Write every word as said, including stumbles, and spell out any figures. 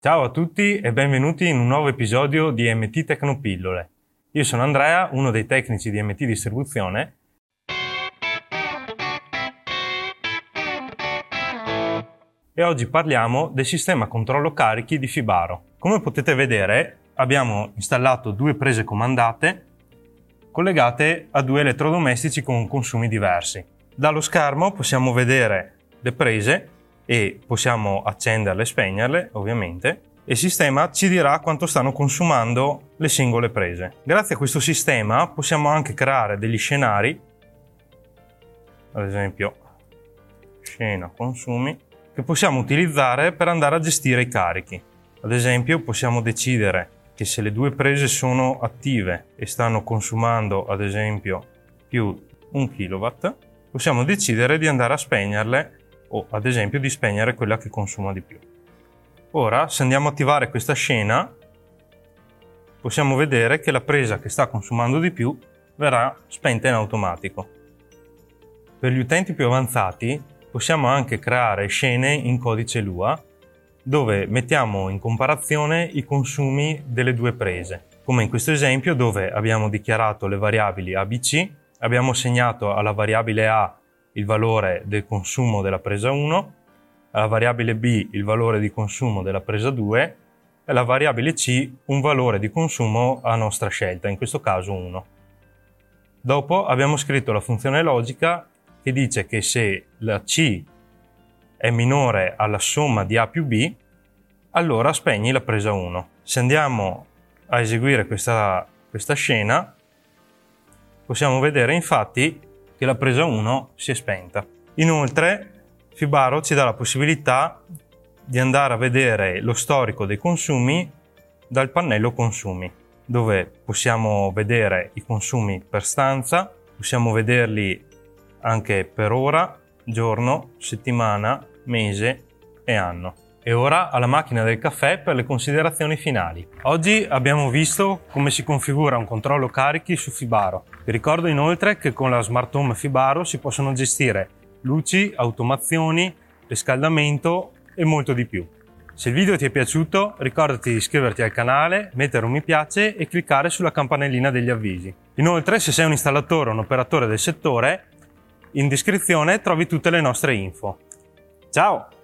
Ciao a tutti e benvenuti in un nuovo episodio di M T Tecnopillole. Io sono Andrea, uno dei tecnici di M T Distribuzione. E oggi parliamo del sistema controllo carichi di Fibaro. Come potete vedere, abbiamo installato due prese comandate collegate a due elettrodomestici con consumi diversi. Dallo schermo possiamo vedere le prese e possiamo accenderle e spegnerle, ovviamente, e il sistema ci dirà quanto stanno consumando le singole prese. Grazie a questo sistema possiamo anche creare degli scenari, ad esempio scena consumi, che possiamo utilizzare per andare a gestire i carichi. Ad esempio possiamo decidere che se le due prese sono attive e stanno consumando ad esempio più un kilowatt, possiamo decidere di andare a spegnerle o ad esempio di spegnere quella che consuma di più. Ora, se andiamo a attivare questa scena, possiamo vedere che la presa che sta consumando di più verrà spenta in automatico. Per gli utenti più avanzati possiamo anche creare scene in codice Lua dove mettiamo in comparazione i consumi delle due prese, come in questo esempio dove abbiamo dichiarato le variabili A, B, C, abbiamo segnato alla variabile A il valore del consumo della presa uno, alla variabile B il valore di consumo della presa due e alla variabile C un valore di consumo a nostra scelta, in questo caso uno. Dopo abbiamo scritto la funzione logica che dice che se la C è minore alla somma di A più B, allora spegni la presa uno. Se andiamo a eseguire questa, questa scena, possiamo vedere infatti che la presa uno si è spenta. Inoltre, Fibaro ci dà la possibilità di andare a vedere lo storico dei consumi dal pannello consumi, dove possiamo vedere i consumi per stanza, possiamo vederli anche per ora, giorno, settimana, mese e anno. E ora alla macchina del caffè per le considerazioni finali. Oggi abbiamo visto come si configura un controllo carichi su Fibaro. Vi ricordo inoltre che con la Smart Home Fibaro si possono gestire luci, automazioni, riscaldamento e molto di più. Se il video ti è piaciuto, ricordati di iscriverti al canale, mettere un mi piace e cliccare sulla campanellina degli avvisi. Inoltre, se sei un installatore o un operatore del settore, in descrizione trovi tutte le nostre info. Ciao!